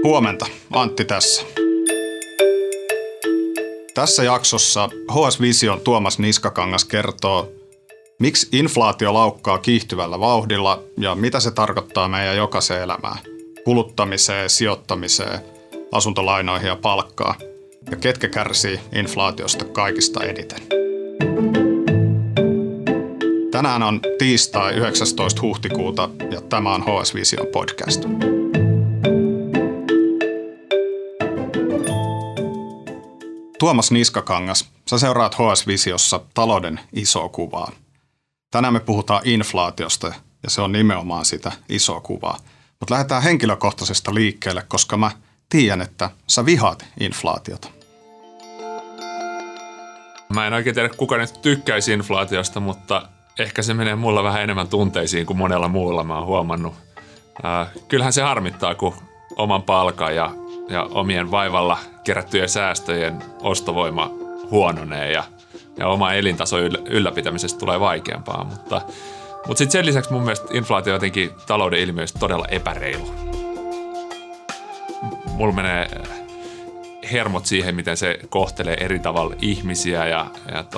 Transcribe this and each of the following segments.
Huomenta, Antti tässä. Tässä jaksossa HS Vision Tuomas Niskakangas kertoo, miksi inflaatio laukkaa kiihtyvällä vauhdilla ja mitä se tarkoittaa meidän jokaisen elämään. Kuluttamiseen, sijoittamiseen, asuntolainoihin ja palkkaan. Ja ketkä kärsii inflaatiosta kaikista eniten. Tänään on tiistai 19. huhtikuuta ja tämä on HS Vision podcast. Tuomas Niskakangas, sä seuraat HS Visiossa talouden isoa kuvaa. Tänään me puhutaan inflaatiosta ja se on nimenomaan sitä isoa kuvaa. Mutta lähdetään henkilökohtaisesta liikkeelle, koska mä tiedän, että sä vihaat inflaatiota. Mä en oikein tiedä, kuka nyt tykkäisi inflaatiosta, mutta ehkä se menee mulla vähän enemmän tunteisiin kuin monella muulla, mä oon huomannut. Kyllähän se harmittaa, kun oman palkan ja omien vaivalla kerättyjen säästöjen ostovoima huononee ja oma elintaso ylläpitämisestä tulee vaikeampaa. Mutta sitten sen lisäksi mun mielestä inflaatio on jotenkin talouden ilmiöistä todella epäreilu. Mulla menee hermot siihen, miten se kohtelee eri tavalla ihmisiä ja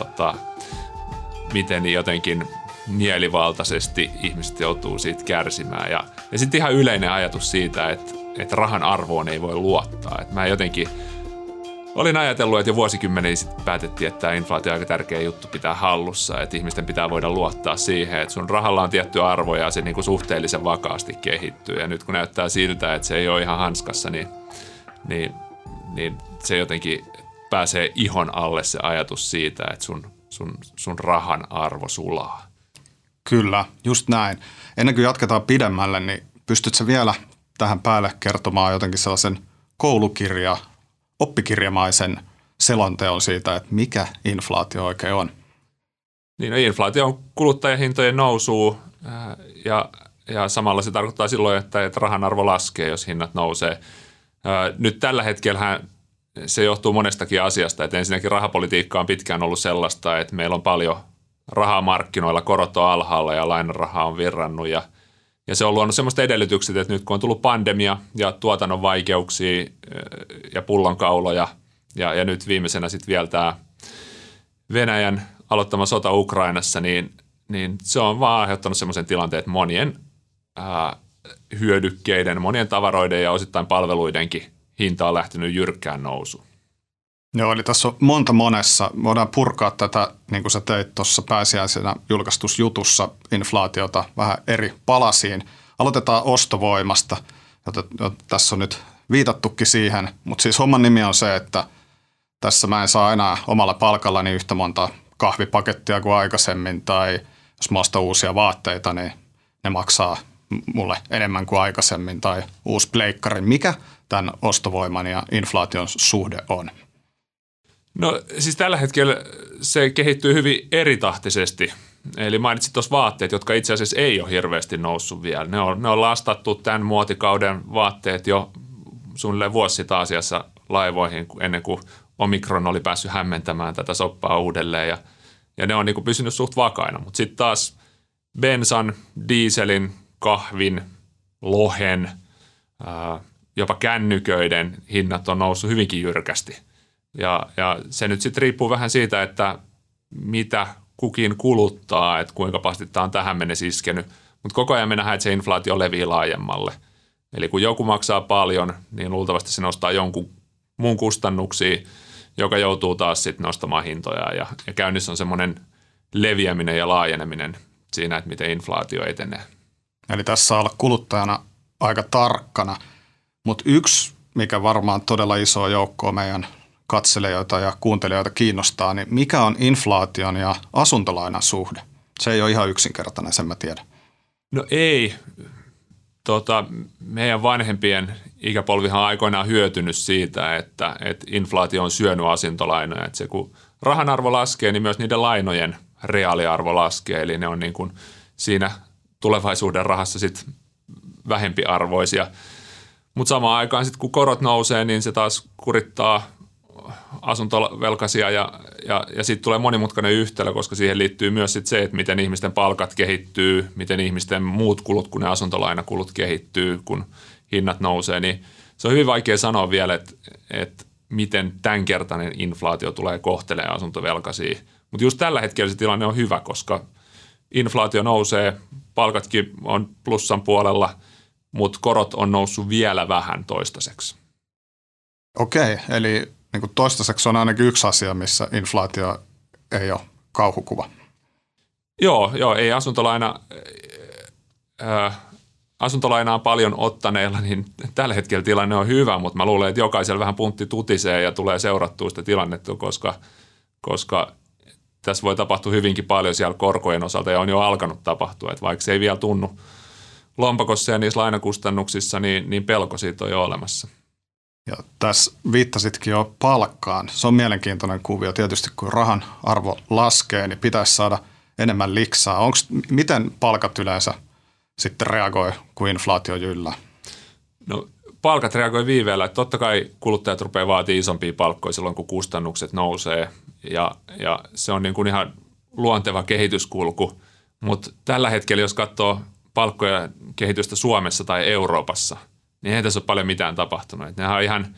miten jotenkin mielivaltaisesti ihmiset joutuu siitä kärsimään. Ja sitten ihan yleinen ajatus siitä, että rahan arvoon ei voi luottaa. Et mä jotenkin olin ajatellut, että jo vuosikymmeniä sitten päätettiin, että tämä inflaatio on aika tärkeä juttu pitää hallussa. Että ihmisten pitää voida luottaa siihen, että sun rahalla on tietty arvo ja se niinku suhteellisen vakaasti kehittyy. Ja nyt kun näyttää siltä, että se ei ole ihan hanskassa, niin se jotenkin pääsee ihon alle se ajatus siitä, että sun rahan arvo sulaa. Kyllä, just näin. Ennen kuin jatketaan pidemmälle, niin pystytkö vielä tähän päälle kertomaan jotenkin sellaisen oppikirjamaisen selonteon siitä, että mikä inflaatio oikein on? Niin, inflaatio on kuluttajahintojen nousua ja samalla se tarkoittaa silloin, että rahan arvo laskee, jos hinnat nousee. Nyt tällä hetkellä se johtuu monestakin asiasta, että ensinnäkin rahapolitiikka on pitkään ollut sellaista, että meillä on paljon rahaa markkinoilla, korot on alhaalla ja lainarahaa on virrannut ja se on luonut semmoista edellytykset, että nyt kun on tullut pandemia ja tuotannon vaikeuksia ja pullonkauloja ja nyt viimeisenä sitten vielä tämä Venäjän aloittama sota Ukrainassa, niin se on vaan aiheuttanut semmoisen tilanteen, että monien hyödykkeiden, monien tavaroiden ja osittain palveluidenkin hinta on lähtenyt jyrkkään nousuun. Joo, eli tässä on monessa. Voidaan purkaa tätä, niin kuin sä teit tuossa pääsiäisenä julkaistusjutussa, inflaatiota vähän eri palasiin. Aloitetaan ostovoimasta, jota tässä on nyt viitattukin siihen, mutta siis homman nimi on se, että tässä mä en saa enää omalla palkallani yhtä monta kahvipakettia kuin aikaisemmin, tai jos mä ostan uusia vaatteita, niin ne maksaa mulle enemmän kuin aikaisemmin, tai uusi pleikkari. Mikä tämän ostovoiman ja inflaation suhde on? No siis tällä hetkellä se kehittyy hyvin eritahtisesti. Eli mainitsit tuossa vaatteet, jotka itse asiassa ei ole hirveästi noussut vielä. Ne on lastattu tämän muotikauden vaatteet jo suunnilleen vuosi sitten Aasiassa laivoihin, ennen kuin Omikron oli päässyt hämmentämään tätä soppaa uudelleen. Ja ne on niin kuin pysynyt suht vakaina. Mutta sitten taas bensan, dieselin, kahvin, lohen, jopa kännyköiden hinnat on noussut hyvinkin jyrkästi. Ja se nyt sitten riippuu vähän siitä, että mitä kukin kuluttaa, että kuinka pahasti tämä on tähän mennessä iskenyt. Mutta koko ajan me nähdään, että se inflaatio levii laajemmalle. Eli kun joku maksaa paljon, niin luultavasti se nostaa jonkun muun kustannuksia, joka joutuu taas sitten nostamaan hintoja. Ja käynnissä on semmoinen leviäminen ja laajeneminen siinä, että miten inflaatio etenee. Eli tässä saa olla kuluttajana aika tarkkana, mutta yksi, mikä varmaan todella iso joukko meidän katselijoita ja kuuntelijoita kiinnostaa, niin mikä on inflaation ja asuntolainan suhde? Se ei ole ihan yksinkertainen, sen mä tiedän. No ei. Meidän vanhempien ikäpolvihan on aikoinaan hyötynyt siitä, että inflaatio on syönyt asuntolainoja. Että se kun rahan arvo laskee, niin myös niiden lainojen reaaliarvo laskee. Eli ne on niin kuin siinä tulevaisuuden rahassa sitten vähempiarvoisia. Mutta samaan aikaan sitten kun korot nousee, niin se taas kurittaa asuntovelkaisia ja siitä tulee monimutkainen yhtälö, koska siihen liittyy myös sit se, että miten ihmisten palkat kehittyy, miten ihmisten muut kulut kuin ne asuntolainakulut kehittyy, kun hinnat nousee, niin se on hyvin vaikea sanoa vielä, että miten tämänkertainen inflaatio tulee kohtelemaan asuntovelkaisia. Mutta just tällä hetkellä se tilanne on hyvä, koska inflaatio nousee, palkatkin on plussan puolella, mutta korot on noussut vielä vähän toistaiseksi. Okei, eli niin kuin toistaiseksi on ainakin yksi asia, missä inflaatio ei ole kauhukuva. Joo, ei asuntolainaa paljon ottaneilla, niin tällä hetkellä tilanne on hyvä, mutta mä luulen, että jokaisella vähän puntti tutisee ja tulee seurattua sitä tilannetta, koska tässä voi tapahtua hyvinkin paljon siellä korkojen osalta ja on jo alkanut tapahtua, että vaikka se ei vielä tunnu lompakossa ja niissä lainakustannuksissa, niin pelko siitä on jo olemassa. Ja tässä viittasitkin jo palkkaan. Se on mielenkiintoinen kuvio. Tietysti kun rahan arvo laskee, niin pitäisi saada enemmän liksaa. Miten palkat yleensä sitten reagoi, kun inflaatio jyllää? No palkat reagoi viiveellä. Että totta kai kuluttajat rupeaa vaatimaan isompia palkkoja silloin, kun kustannukset nousee. Ja se on niin kuin ihan luonteva kehityskulku. Mutta tällä hetkellä, jos katsoo palkkoja kehitystä Suomessa tai Euroopassa, niin ei tässä ole paljon mitään tapahtunut. Nehän on ihan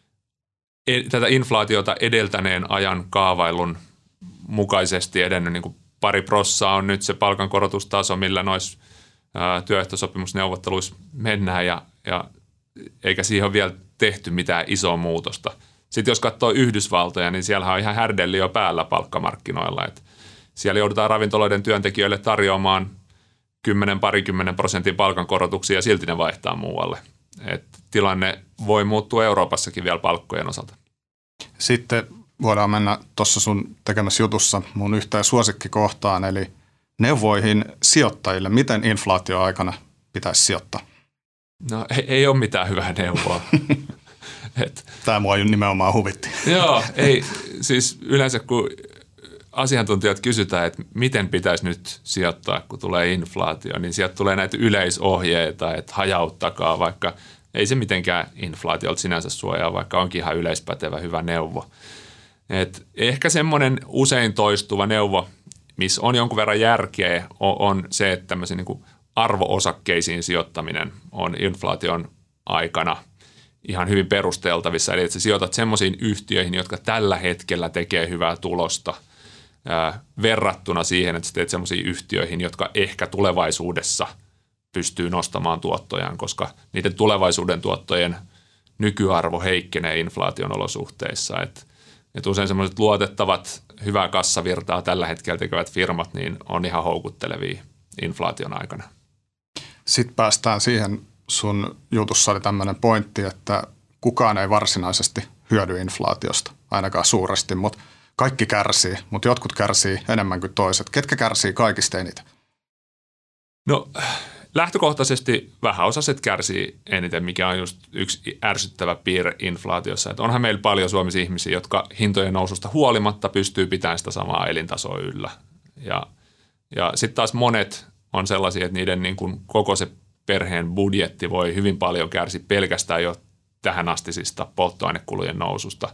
tätä inflaatiota edeltäneen ajan kaavailun mukaisesti edennyt. Niin kuin 2% on nyt se palkankorotustaso, millä noissa työehtosopimusneuvotteluissa mennään ja eikä siihen ole vielä tehty mitään isoa muutosta. Sitten jos katsoo Yhdysvaltoja, niin siellä on ihan härdelli jo päällä palkkamarkkinoilla. Et siellä joudutaan ravintoloiden työntekijöille tarjoamaan 10-20% palkankorotuksia ja silti ne vaihtaa muualle. Et tilanne voi muuttua Euroopassakin vielä palkkojen osalta. Sitten voidaan mennä tuossa sun tekemässä jutussa mun yhteen suosikkikohtaan, eli neuvoihin sijoittajille. Miten inflaatioaikana pitäisi sijoittaa? No ei ole mitään hyvää neuvoa. Tämä mua nimenomaan huvitti. Joo, ei. Siis yleensä kun asiantuntijat kysytään, että miten pitäisi nyt sijoittaa, kun tulee inflaatio, niin sieltä tulee näitä yleisohjeita, että hajauttakaa, vaikka ei se mitenkään inflaatiolta sinänsä suojaa, vaikka onkin ihan yleispätevä hyvä neuvo. Et ehkä semmoinen usein toistuva neuvo, missä on jonkun verran järkeä, on se, että tämmöisen niin kuin arvo-osakkeisiin sijoittaminen on inflaation aikana ihan hyvin perusteltavissa. Eli että sä sijoitat semmoisiin yhtiöihin, jotka tällä hetkellä tekee hyvää tulosta verrattuna siihen, että sä teet semmoisiin yhtiöihin, jotka ehkä tulevaisuudessa pystyy nostamaan tuottojaan, koska niiden tulevaisuuden tuottojen nykyarvo heikkenee inflaation olosuhteissa. Et usein semmoiset luotettavat, hyvää kassavirtaa tällä hetkellä tekevät firmat niin on ihan houkuttelevia inflaation aikana. Sitten päästään siihen, sun jutussa oli tämmöinen pointti, että kukaan ei varsinaisesti hyödy inflaatiosta, ainakaan suuresti, mutta kaikki kärsii, mutta jotkut kärsii enemmän kuin toiset. Ketkä kärsii kaikista eniten? No lähtökohtaisesti vähäosaiset kärsii eniten, mikä on just yksi ärsyttävä piirre inflaatiossa. Että onhan meillä paljon Suomessa ihmisiä, jotka hintojen noususta huolimatta pystyy pitämään sitä samaa elintasoa yllä. Ja sitten taas monet on sellaisia, että niiden niin kuin koko se perheen budjetti voi hyvin paljon kärsiä pelkästään jo tähän astisista polttoainekulujen noususta.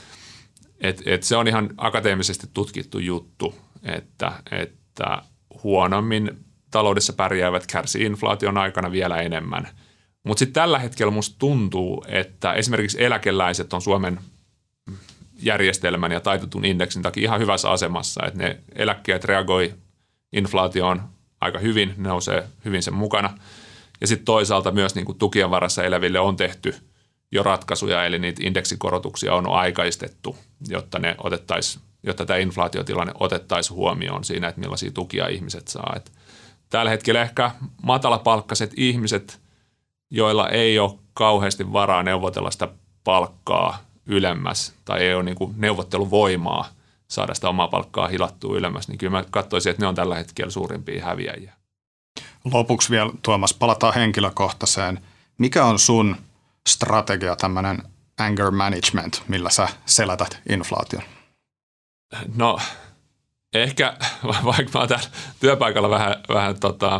Et se on ihan akateemisesti tutkittu juttu, että huonommin taloudessa pärjäävät kärsii inflaation aikana vielä enemmän. Mutta sitten tällä hetkellä musta tuntuu, että esimerkiksi eläkeläiset on Suomen järjestelmän ja taitetun indeksin takia ihan hyvässä asemassa, että ne eläkkeet reagoi inflaatioon aika hyvin, ne nousee hyvin sen mukana. Ja sitten toisaalta myös niin kuin tukien varassa eläville on tehty jo ratkaisuja, eli niitä indeksikorotuksia on aikaistettu, jotta tämä inflaatiotilanne otettaisiin huomioon siinä, että millaisia tukia ihmiset saa. Et tällä hetkellä ehkä matalapalkkaiset ihmiset, joilla ei ole kauheasti varaa neuvotella sitä palkkaa ylemmäs tai ei ole niin kuin neuvotteluvoimaa saada sitä omaa palkkaa hilattua ylemmäs, niin kyllä mä katsoisin, että ne on tällä hetkellä suurimpia häviäjiä. Lopuksi vielä, Tuomas, palataan henkilökohtaiseen. Mikä on sun strategia, tämmöinen anger management, millä sä selätät inflaation? No ehkä, vaikka mä oon täällä työpaikalla vähän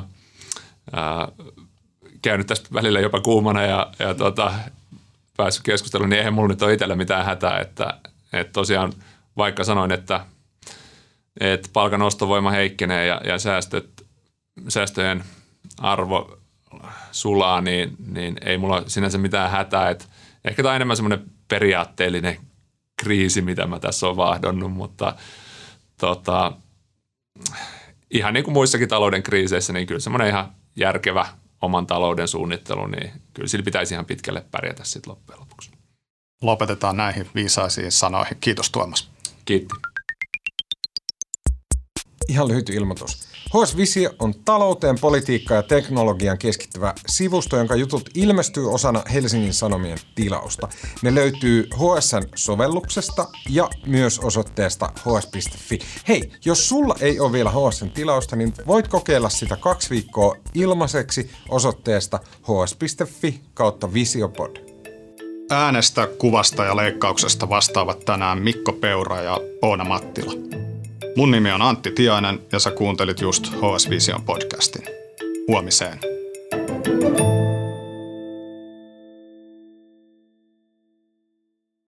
käynyt tästä välillä jopa kuumana ja päässyt keskusteluun, niin eihän mulla nyt ole itsellä mitään hätää, että tosiaan vaikka sanoin, että palkan ostovoima heikkenee ja säästöjen arvo sulaa, niin ei mulla sinänsä mitään hätää. Et ehkä tämä on enemmän semmoinen periaatteellinen kriisi, mitä mä tässä olen vahdonnut, mutta ihan niin kuin muissakin talouden kriiseissä, niin kyllä semmoinen ihan järkevä oman talouden suunnittelu, niin kyllä sillä pitäisi ihan pitkälle pärjätä sitten loppujen lopuksi. Lopetetaan näihin viisaisiin sanoihin. Kiitos Tuomas. Kiitti. Ihan lyhyt ilmoitus. HS Visio on talouteen, politiikkaan ja teknologiaan keskittyvä sivusto, jonka jutut ilmestyy osana Helsingin Sanomien tilausta. Ne löytyy HS:n sovelluksesta ja myös osoitteesta hs.fi. Hei, jos sulla ei ole vielä HS:n tilausta, niin voit kokeilla sitä 2 viikkoa ilmaiseksi osoitteesta hs.fi/visiopod. Äänestä, kuvasta ja leikkauksesta vastaavat tänään Mikko Peura ja Oona Mattila. Mun nimi on Antti Tiainen ja sä kuuntelit just HS Vision podcastin. Huomiseen.